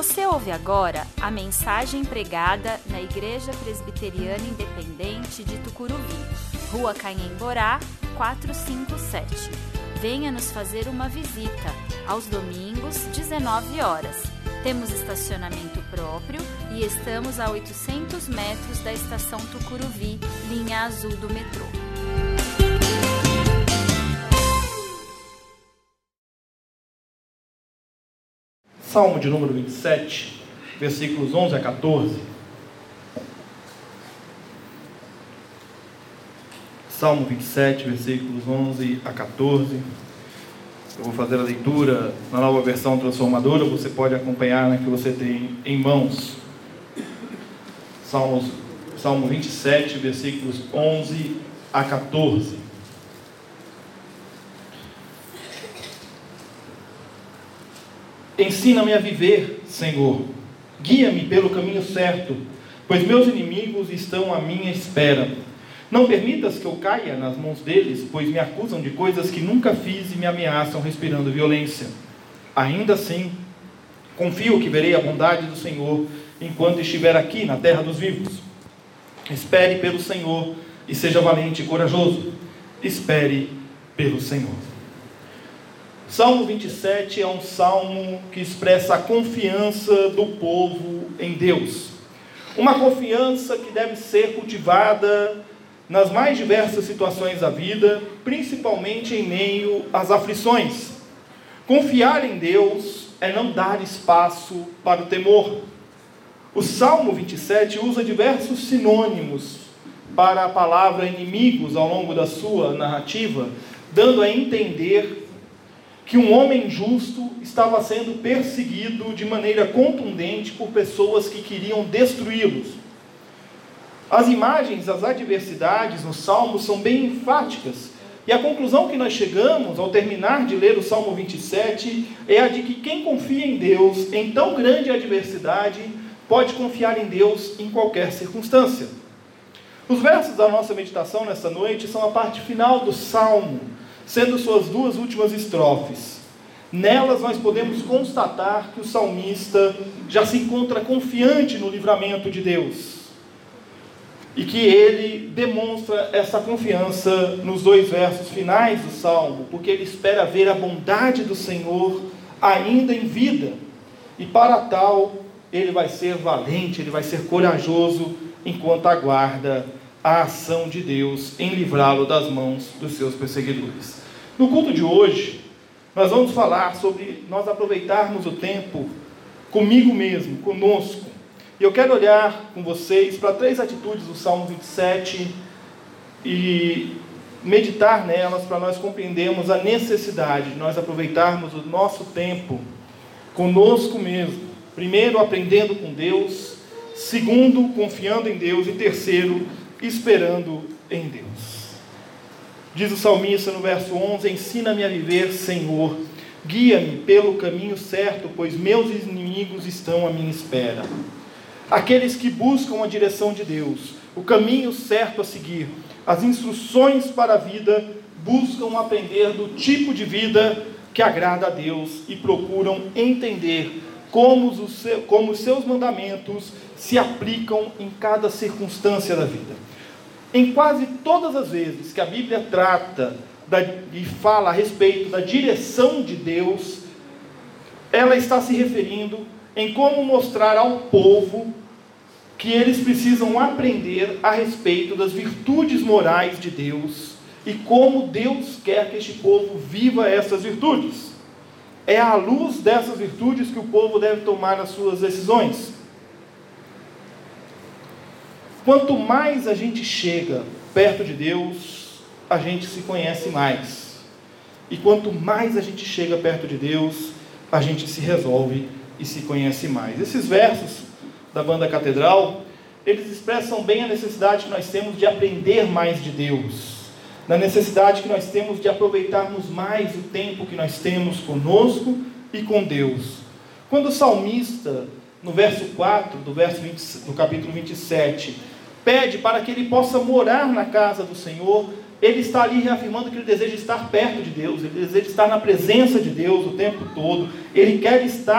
Você ouve agora a mensagem pregada na Igreja Presbiteriana Independente de Tucuruvi, Rua Canhemborá, 457. Venha nos fazer uma visita, aos domingos, 19 horas. Temos estacionamento próprio e estamos a 800 metros da estação Tucuruvi, linha azul do metrô. Salmo de número 27, versículos 11 a 14. Salmo 27, versículos 11 a 14. Eu vou fazer a leitura na nova versão transformadora, você pode acompanhar na que você tem em mãos. Salmo 27, versículos 11 a 14. Ensina-me a viver, Senhor, guia-me pelo caminho certo, pois meus inimigos estão à minha espera. Não permitas que eu caia nas mãos deles, pois me acusam de coisas que nunca fiz e me ameaçam respirando violência. Ainda assim, confio que verei a bondade do Senhor enquanto estiver aqui na terra dos vivos. Espere pelo Senhor e seja valente e corajoso. Espere pelo Senhor. Salmo 27 é um salmo que expressa a confiança do povo em Deus. Uma confiança que deve ser cultivada nas mais diversas situações da vida, principalmente em meio às aflições. Confiar em Deus é não dar espaço para o temor. O Salmo 27 usa diversos sinônimos para a palavra inimigos ao longo da sua narrativa, dando a entender que um homem justo estava sendo perseguido de maneira contundente por pessoas que queriam destruí-los. As imagens das adversidades no Salmo são bem enfáticas, e a conclusão que nós chegamos ao terminar de ler o Salmo 27 é a de que quem confia em Deus em tão grande adversidade pode confiar em Deus em qualquer circunstância. Os versos da nossa meditação nessa noite são a parte final do Salmo, sendo suas duas últimas estrofes. Nelas nós podemos constatar que o salmista já se encontra confiante no livramento de Deus, e que ele demonstra essa confiança nos dois versos finais do Salmo, porque ele espera ver a bondade do Senhor ainda em vida, e para tal ele vai ser valente, ele vai ser corajoso, enquanto aguarda a ação de Deus em livrá-lo das mãos dos seus perseguidores. No culto de hoje, nós vamos falar sobre nós aproveitarmos o tempo comigo mesmo, conosco. E eu quero olhar com vocês para 3 atitudes do Salmo 27 e meditar nelas para nós compreendermos a necessidade de nós aproveitarmos o nosso tempo conosco mesmo. Primeiro, aprendendo com Deus. Segundo, confiando em Deus. E terceiro, esperando em Deus. Diz o salmista no verso 11: ensina-me a viver, Senhor, guia-me pelo caminho certo, pois meus inimigos estão à minha espera. Aqueles que buscam a direção de Deus, o caminho certo a seguir, as instruções para a vida, buscam aprender do tipo de vida que agrada a Deus e procuram entender como os seus mandamentos se aplicam em cada circunstância da vida. Em quase todas as vezes que a Bíblia trata e fala a respeito da direção de Deus, ela está se referindo em como mostrar ao povo que eles precisam aprender a respeito das virtudes morais de Deus e como Deus quer que este povo viva essas virtudes. É à luz dessas virtudes que o povo deve tomar as suas decisões. Quanto mais a gente chega perto de Deus, a gente se conhece mais. E quanto mais a gente chega perto de Deus, a gente se resolve e se conhece mais. Esses versos da banda Catedral, eles expressam bem a necessidade que nós temos de aprender mais de Deus, na necessidade que nós temos de aproveitarmos mais o tempo que nós temos conosco e com Deus. Quando o salmista, no verso 4 do capítulo 27, pede para que ele possa morar na casa do Senhor, ele está ali reafirmando que ele deseja estar perto de Deus, ele deseja estar na presença de Deus o tempo todo, ele quer estar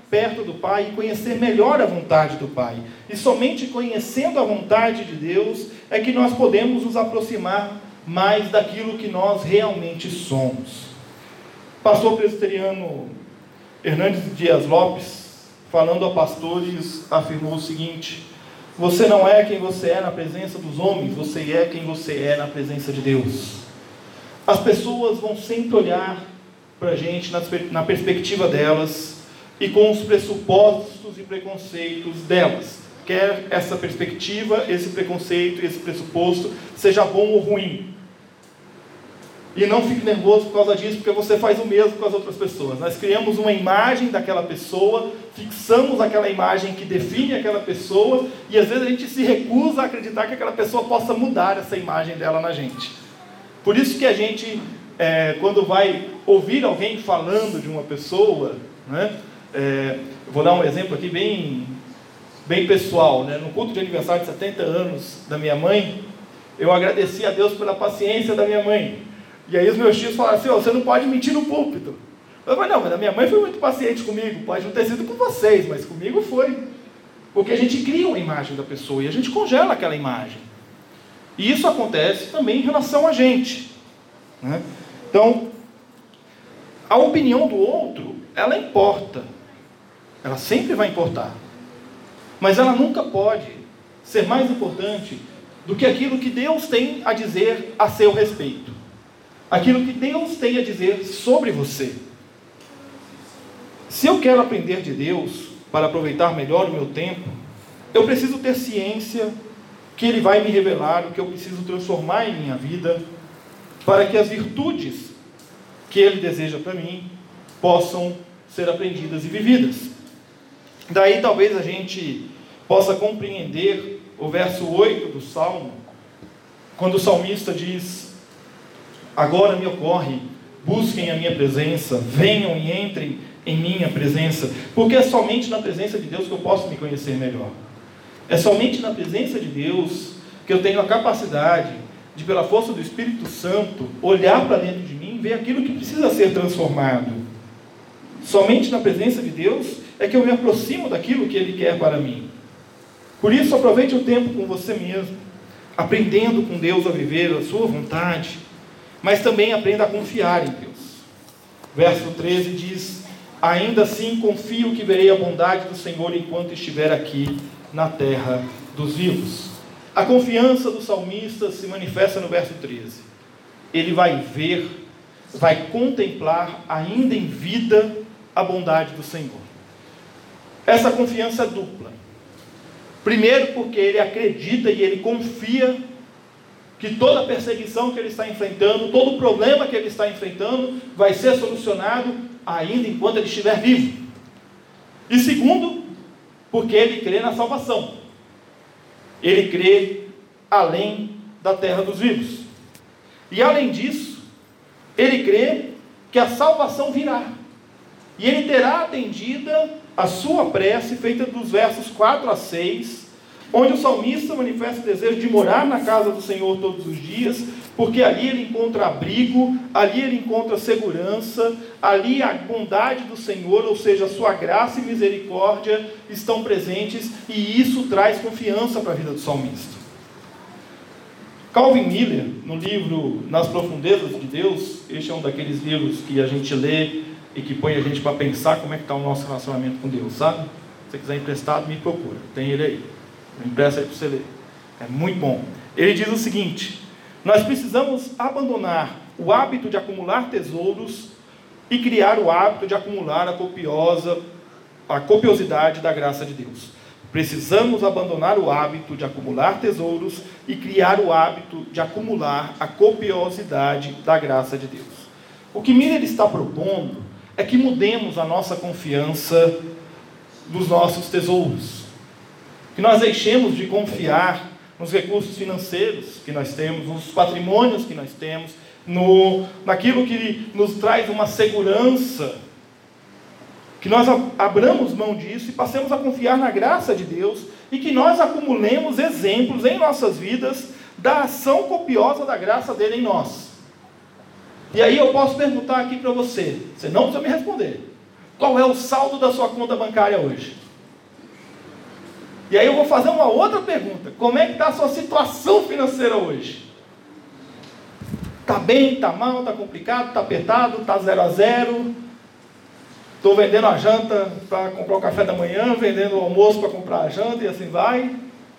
perto do Pai e conhecer melhor a vontade do Pai. E somente conhecendo a vontade de Deus é que nós podemos nos aproximar mais daquilo que nós realmente somos. O pastor presbiteriano Hernandes Dias Lopes, falando a pastores, afirmou o seguinte: você não é quem você é na presença dos homens, você é quem você é na presença de Deus. As pessoas vão sempre olhar para a gente na perspectiva delas e com os pressupostos e preconceitos delas. Quer essa perspectiva, esse preconceito, esse pressuposto seja bom ou ruim. E não fique nervoso por causa disso, porque você faz o mesmo com as outras pessoas. Nós criamos uma imagem daquela pessoa, fixamos aquela imagem que define aquela pessoa, e às vezes a gente se recusa a acreditar que aquela pessoa possa mudar essa imagem dela na gente. Por isso que a gente, quando vai ouvir alguém falando de uma pessoa, né, vou dar um exemplo aqui bem pessoal, né? No culto de aniversário de 70 anos da minha mãe, eu agradeci a Deus pela paciência da minha mãe. E aí os meus tios falaram assim: você não pode mentir no púlpito. Eu falei: não, mas a minha mãe foi muito paciente comigo, pode não ter sido com vocês, mas comigo foi. Porque a gente cria uma imagem da pessoa e a gente congela aquela imagem. E isso acontece também em relação a gente, né? Então, a opinião do outro, ela importa. Ela sempre vai importar. Mas ela nunca pode ser mais importante do que aquilo que Deus tem a dizer a seu respeito. Aquilo que Deus tem a dizer sobre você. Se eu quero aprender de Deus para aproveitar melhor o meu tempo, eu preciso ter ciência que Ele vai me revelar o que eu preciso transformar em minha vida, para que as virtudes que Ele deseja para mim possam ser aprendidas e vividas. Daí talvez a gente possa compreender o verso 8 do Salmo, quando o salmista diz: agora me ocorre, busquem a minha presença, venham e entrem em minha presença, porque é somente na presença de Deus que eu posso me conhecer melhor. É somente na presença de Deus que eu tenho a capacidade de, pela força do Espírito Santo, olhar para dentro de mim e ver aquilo que precisa ser transformado. Somente na presença de Deus é que eu me aproximo daquilo que Ele quer para mim. Por isso, aproveite o tempo com você mesmo, aprendendo com Deus a viver a sua vontade, mas também aprenda a confiar em Deus. Verso 13 diz: ainda assim confio que verei a bondade do Senhor enquanto estiver aqui na terra dos vivos. A confiança do salmista se manifesta no verso 13. Ele vai ver, vai contemplar ainda em vida a bondade do Senhor. Essa confiança é dupla. Primeiro, porque ele acredita e ele confia que toda a perseguição que ele está enfrentando, todo o problema que ele está enfrentando, vai ser solucionado ainda enquanto ele estiver vivo. E segundo, porque ele crê na salvação. Ele crê além da terra dos vivos. E além disso, ele crê que a salvação virá. E ele terá atendida a sua prece, feita dos versos 4 a 6, onde o salmista manifesta o desejo de morar na casa do Senhor todos os dias, porque ali ele encontra abrigo, ali ele encontra segurança, ali a bondade do Senhor, ou seja, a sua graça e misericórdia estão presentes, e isso traz confiança para a vida do salmista. Calvin Miller, no livro Nas Profundezas de Deus, este é um daqueles livros que a gente lê e que põe a gente para pensar como é que está o nosso relacionamento com Deus, sabe? Se você quiser emprestado, me procura, tem ele aí. Eu empresto aí para você ler. É muito bom. Ele diz o seguinte: nós precisamos abandonar o hábito de acumular tesouros e criar o hábito de acumular a copiosidade da graça de Deus. Precisamos abandonar o hábito de acumular tesouros e criar o hábito de acumular a copiosidade da graça de Deus. O que Miller está propondo é que mudemos a nossa confiança dos nossos tesouros. Que nós deixemos de confiar nos recursos financeiros que nós temos, nos patrimônios que nós temos, naquilo que nos traz uma segurança. Que nós abramos mão disso e passemos a confiar na graça de Deus e que nós acumulemos exemplos em nossas vidas da ação copiosa da graça dele em nós. E aí eu posso perguntar aqui para você não precisa me responder, Qual é o saldo da sua conta bancária hoje? E aí eu vou fazer uma outra pergunta. Como é que está a sua situação financeira hoje? Está bem, está mal, está complicado, está apertado, está 0 a 0? Estou vendendo a janta para comprar o café da manhã, vendendo o almoço para comprar a janta e assim vai.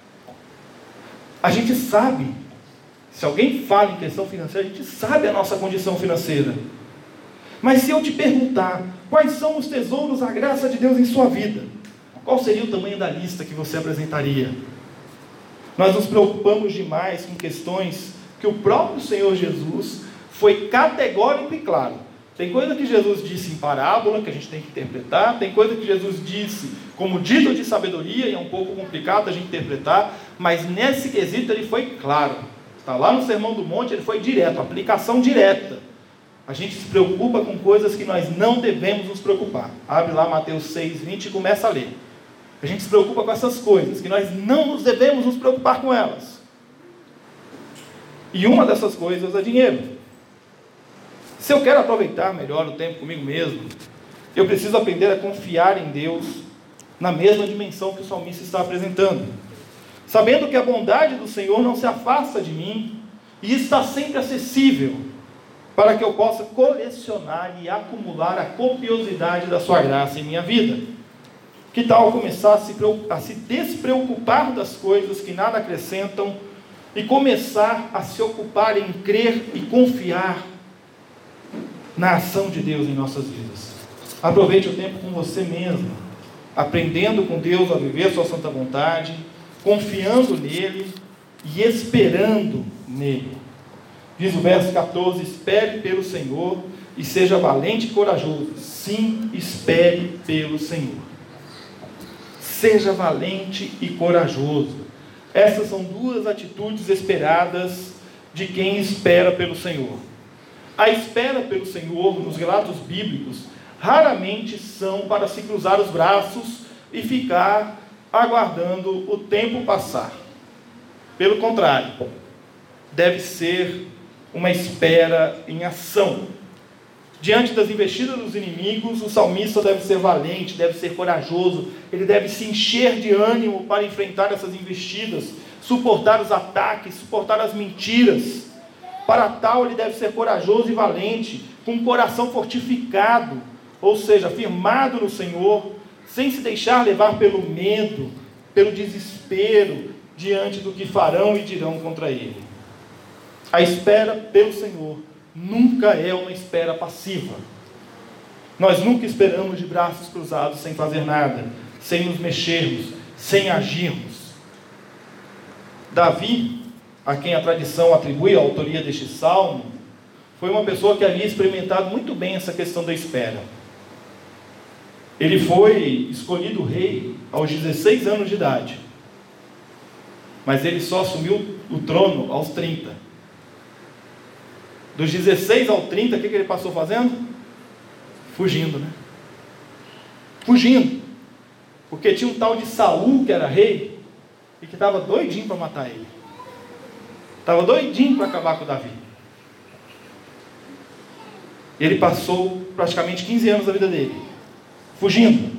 A gente sabe, se alguém fala em questão financeira, a gente sabe a nossa condição financeira. Mas se eu te perguntar, quais são os tesouros da graça de Deus em sua vida? Qual seria o tamanho da lista que você apresentaria? Nós nos preocupamos demais com questões que o próprio Senhor Jesus foi categórico e claro. Tem coisa que Jesus disse em parábola, que a gente tem que interpretar. Tem coisa que Jesus disse como dito de sabedoria, e é um pouco complicado a gente interpretar. Mas nesse quesito ele foi claro. Está lá no Sermão do Monte, ele foi direto, aplicação direta. A gente se preocupa com coisas que nós não devemos nos preocupar. Abre lá Mateus 6:20 e começa a ler. A gente se preocupa com essas coisas, que nós não devemos nos preocupar com elas. E uma dessas coisas é dinheiro. Se eu quero aproveitar melhor o tempo comigo mesmo, eu preciso aprender a confiar em Deus na mesma dimensão que o salmista está apresentando. Sabendo que a bondade do Senhor não se afasta de mim e está sempre acessível, para que eu possa colecionar e acumular a copiosidade da sua graça em minha vida. Que tal começar a se despreocupar das coisas que nada acrescentam e começar a se ocupar em crer e confiar na ação de Deus em nossas vidas? Aproveite o tempo com você mesmo, aprendendo com Deus a viver sua santa vontade, confiando nele e esperando nele. Diz o verso 14: espere pelo Senhor e seja valente e corajoso. Sim, espere pelo Senhor. Seja valente e corajoso. Essas são duas atitudes esperadas de quem espera pelo Senhor. A espera pelo Senhor, nos relatos bíblicos, raramente são para se cruzar os braços e ficar aguardando o tempo passar. Pelo contrário, deve ser uma espera em ação. Diante das investidas dos inimigos, o salmista deve ser valente, deve ser corajoso, ele deve se encher de ânimo para enfrentar essas investidas, suportar os ataques, suportar as mentiras. Para tal, ele deve ser corajoso e valente, com o coração fortificado, ou seja, firmado no Senhor, sem se deixar levar pelo medo, pelo desespero, diante do que farão e dirão contra ele. A espera pelo Senhor nunca é uma espera passiva. Nós nunca esperamos de braços cruzados sem fazer nada, sem nos mexermos, sem agirmos. Davi, a quem a tradição atribui a autoria deste salmo, foi uma pessoa que havia experimentado muito bem essa questão da espera. Ele foi escolhido rei aos 16 anos de idade, mas ele só assumiu o trono aos 30. Dos 16 ao 30, o que ele passou fazendo? Fugindo, né? Fugindo. Porque tinha um tal de Saul, que era rei, e que estava doidinho para matar ele. Estava doidinho para acabar com Davi. E ele passou praticamente 15 anos da vida dele fugindo.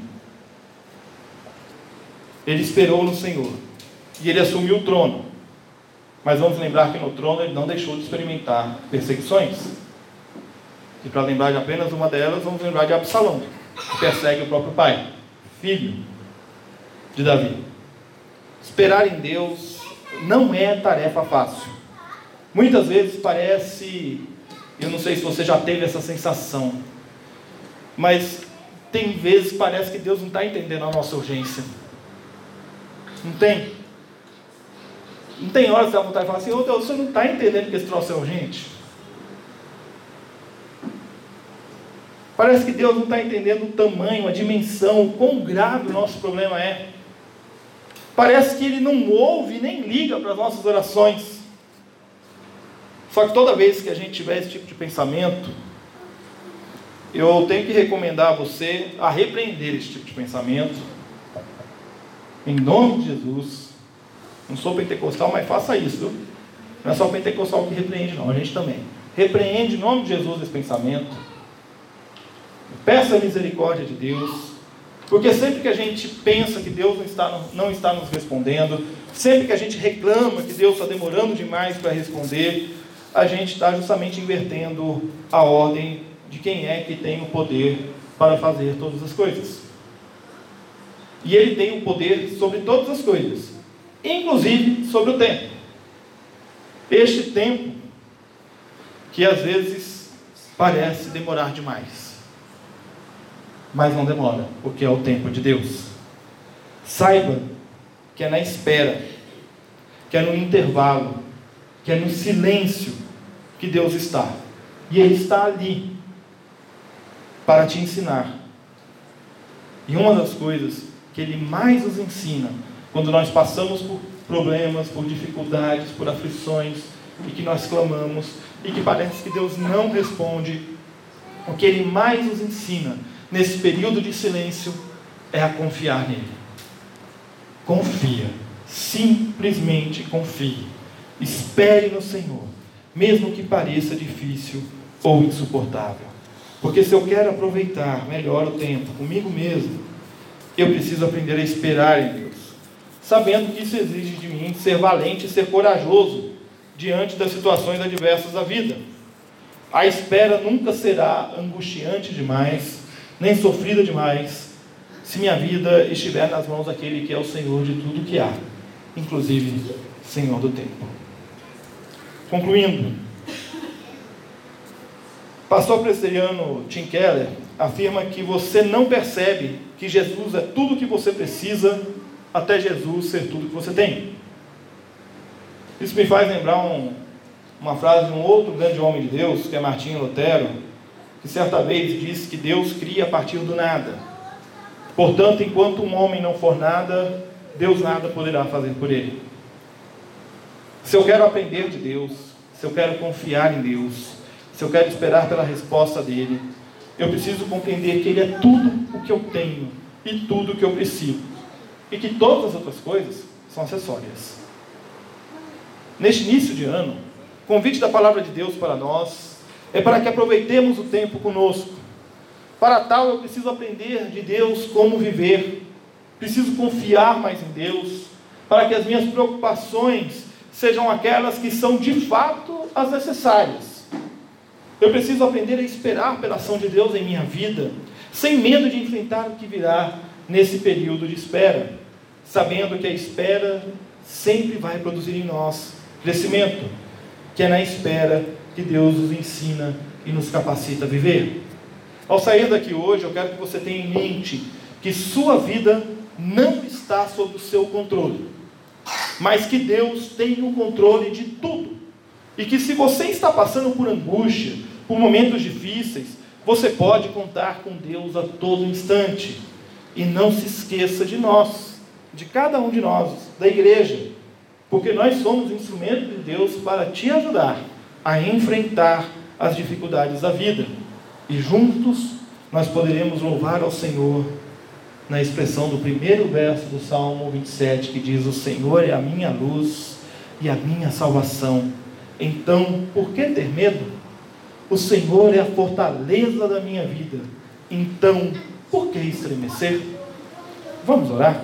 Ele esperou no Senhor. E ele assumiu o trono. Mas vamos lembrar que no trono ele não deixou de experimentar perseguições. E para lembrar de apenas uma delas, vamos lembrar de Absalão, que persegue o próprio pai, filho de Davi. Esperar em Deus não é tarefa fácil. Muitas vezes parece, eu não sei se você já teve essa sensação, mas tem vezes que parece que Deus não está entendendo a nossa urgência. Não tem? Não tem hora que você dá vontade de falar assim: ô Deus, você não está entendendo que esse troço é urgente? Parece que Deus não está entendendo o tamanho, a dimensão, o quão grave o nosso problema é. Parece que Ele não ouve nem liga para as nossas orações. Só que toda vez que a gente tiver esse tipo de pensamento, eu tenho que recomendar a você a repreender esse tipo de pensamento, em nome de Jesus. Não sou pentecostal, mas faça isso, viu? Não é só o pentecostal que repreende, não, a gente também. Repreende em nome de Jesus esse pensamento. Peça a misericórdia de Deus, porque sempre que a gente pensa que Deus não está nos respondendo, sempre que a gente reclama que Deus está demorando demais para responder, a gente está justamente invertendo a ordem de quem é que tem o poder para fazer todas as coisas. E Ele tem o poder sobre todas as coisas, inclusive sobre o tempo. Este tempo que às vezes parece demorar demais, mas não demora, porque é o tempo de Deus. Saiba que é na espera, que é no intervalo, que é no silêncio que Deus está. E Ele está ali para te ensinar. E uma das coisas que Ele mais nos ensina, quando nós passamos por problemas, por dificuldades, por aflições, e que nós clamamos, e que parece que Deus não responde, o que Ele mais nos ensina nesse período de silêncio é a confiar nele. Confia, simplesmente confie. Espere no Senhor, mesmo que pareça difícil ou insuportável. Porque se eu quero aproveitar melhor o tempo comigo mesmo, eu preciso aprender a esperar em Deus, sabendo que isso exige de mim ser valente e ser corajoso diante das situações adversas da vida. A espera nunca será angustiante demais, nem sofrida demais, se minha vida estiver nas mãos daquele que é o Senhor de tudo que há, inclusive Senhor do tempo. Concluindo, pastor presbiteriano Tim Keller afirma que você não percebe que Jesus é tudo o que você precisa até Jesus ser tudo que você tem. Isso me faz lembrar uma frase de um outro grande homem de Deus, que é Martinho Lutero, que certa vez disse que Deus cria a partir do nada. Portanto, enquanto um homem não for nada, Deus nada poderá fazer por ele. Se eu quero aprender de Deus, se eu quero confiar em Deus, se eu quero esperar pela resposta dele, eu preciso compreender que Ele é tudo o que eu tenho e tudo o que eu preciso, e que todas as outras coisas são acessórias. Neste início de ano, o convite da palavra de Deus para nós é para que aproveitemos o tempo conosco. Para tal, eu preciso aprender de Deus como viver, preciso confiar mais em Deus, para que as minhas preocupações sejam aquelas que são de fato as necessárias. Eu preciso aprender a esperar pela ação de Deus em minha vida, sem medo de enfrentar o que virá nesse período de espera, sabendo que a espera sempre vai produzir em nós crescimento, que é na espera que Deus nos ensina e nos capacita a viver. Ao sair daqui hoje, eu quero que você tenha em mente que sua vida não está sob o seu controle, mas que Deus tem o controle de tudo, e que se você está passando por angústia, por momentos difíceis, você pode contar com Deus a todo instante. E não se esqueça de nós, de cada um de nós, da igreja, porque nós somos instrumentos de Deus para te ajudar a enfrentar as dificuldades da vida, e juntos nós poderemos louvar ao Senhor na expressão do primeiro verso do Salmo 27, que diz: o Senhor é a minha luz e a minha salvação, então por que ter medo? O Senhor é a fortaleza da minha vida, então por que estremecer? Vamos orar?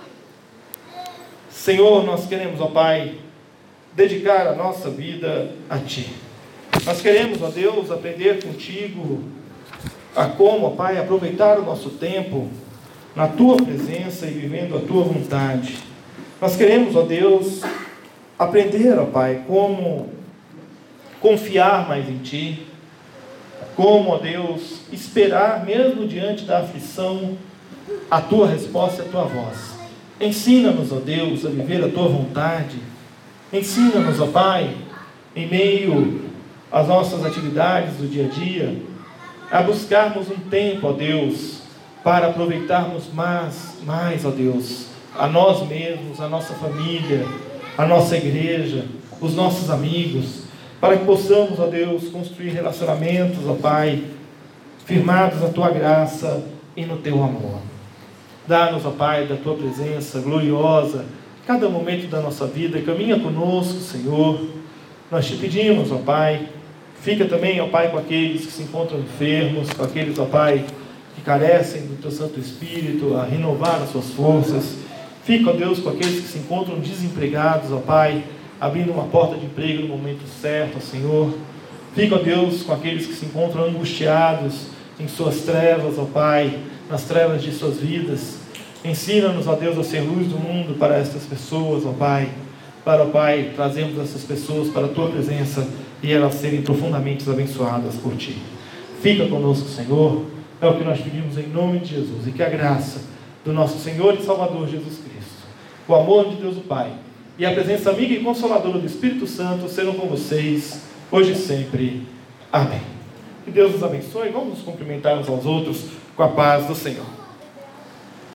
Senhor, nós queremos, ó Pai, dedicar a nossa vida a Ti. Nós queremos, ó Deus, aprender contigo a como, ó Pai, aproveitar o nosso tempo na Tua presença e vivendo a Tua vontade. Nós queremos, ó Deus, aprender, ó Pai, como confiar mais em Ti, como, ó Deus, esperar mesmo diante da aflição a Tua resposta e a Tua voz. Ensina-nos, ó Deus, a viver a Tua vontade. Ensina-nos, ó Pai, em meio às nossas atividades do dia a dia, a buscarmos um tempo, ó Deus, para aproveitarmos mais, ó Deus, a nós mesmos, a nossa família, a nossa igreja, os nossos amigos, para que possamos, ó Deus, construir relacionamentos, ó Pai, firmados na Tua graça e no Teu amor. Dá-nos, ó Pai, da Tua presença gloriosa, cada momento da nossa vida, caminha conosco, Senhor. Nós te pedimos, ó Pai, Fica também, ó Pai, com aqueles que se encontram enfermos, com aqueles, ó Pai, que carecem do Teu Santo Espírito, a renovar as suas forças. Fica, ó Deus, com aqueles que se encontram desempregados, ó Pai, abrindo uma porta de emprego no momento certo, ó Senhor. Fica, ó Deus, com aqueles que se encontram angustiados em suas trevas, ó Pai, nas trevas de suas vidas. Ensina-nos, ó Deus, a ser luz do mundo para estas pessoas, ó Pai. Para, ó Pai, trazermos essas pessoas para a Tua presença e elas serem profundamente abençoadas por Ti. Fica conosco, Senhor. É o que nós pedimos em nome de Jesus. E que a graça do nosso Senhor e Salvador Jesus Cristo, o amor de Deus o Pai e a presença amiga e consoladora do Espírito Santo serão com vocês, hoje e sempre. Amém. Que Deus nos abençoe. Vamos nos cumprimentar uns aos outros com a paz do Senhor.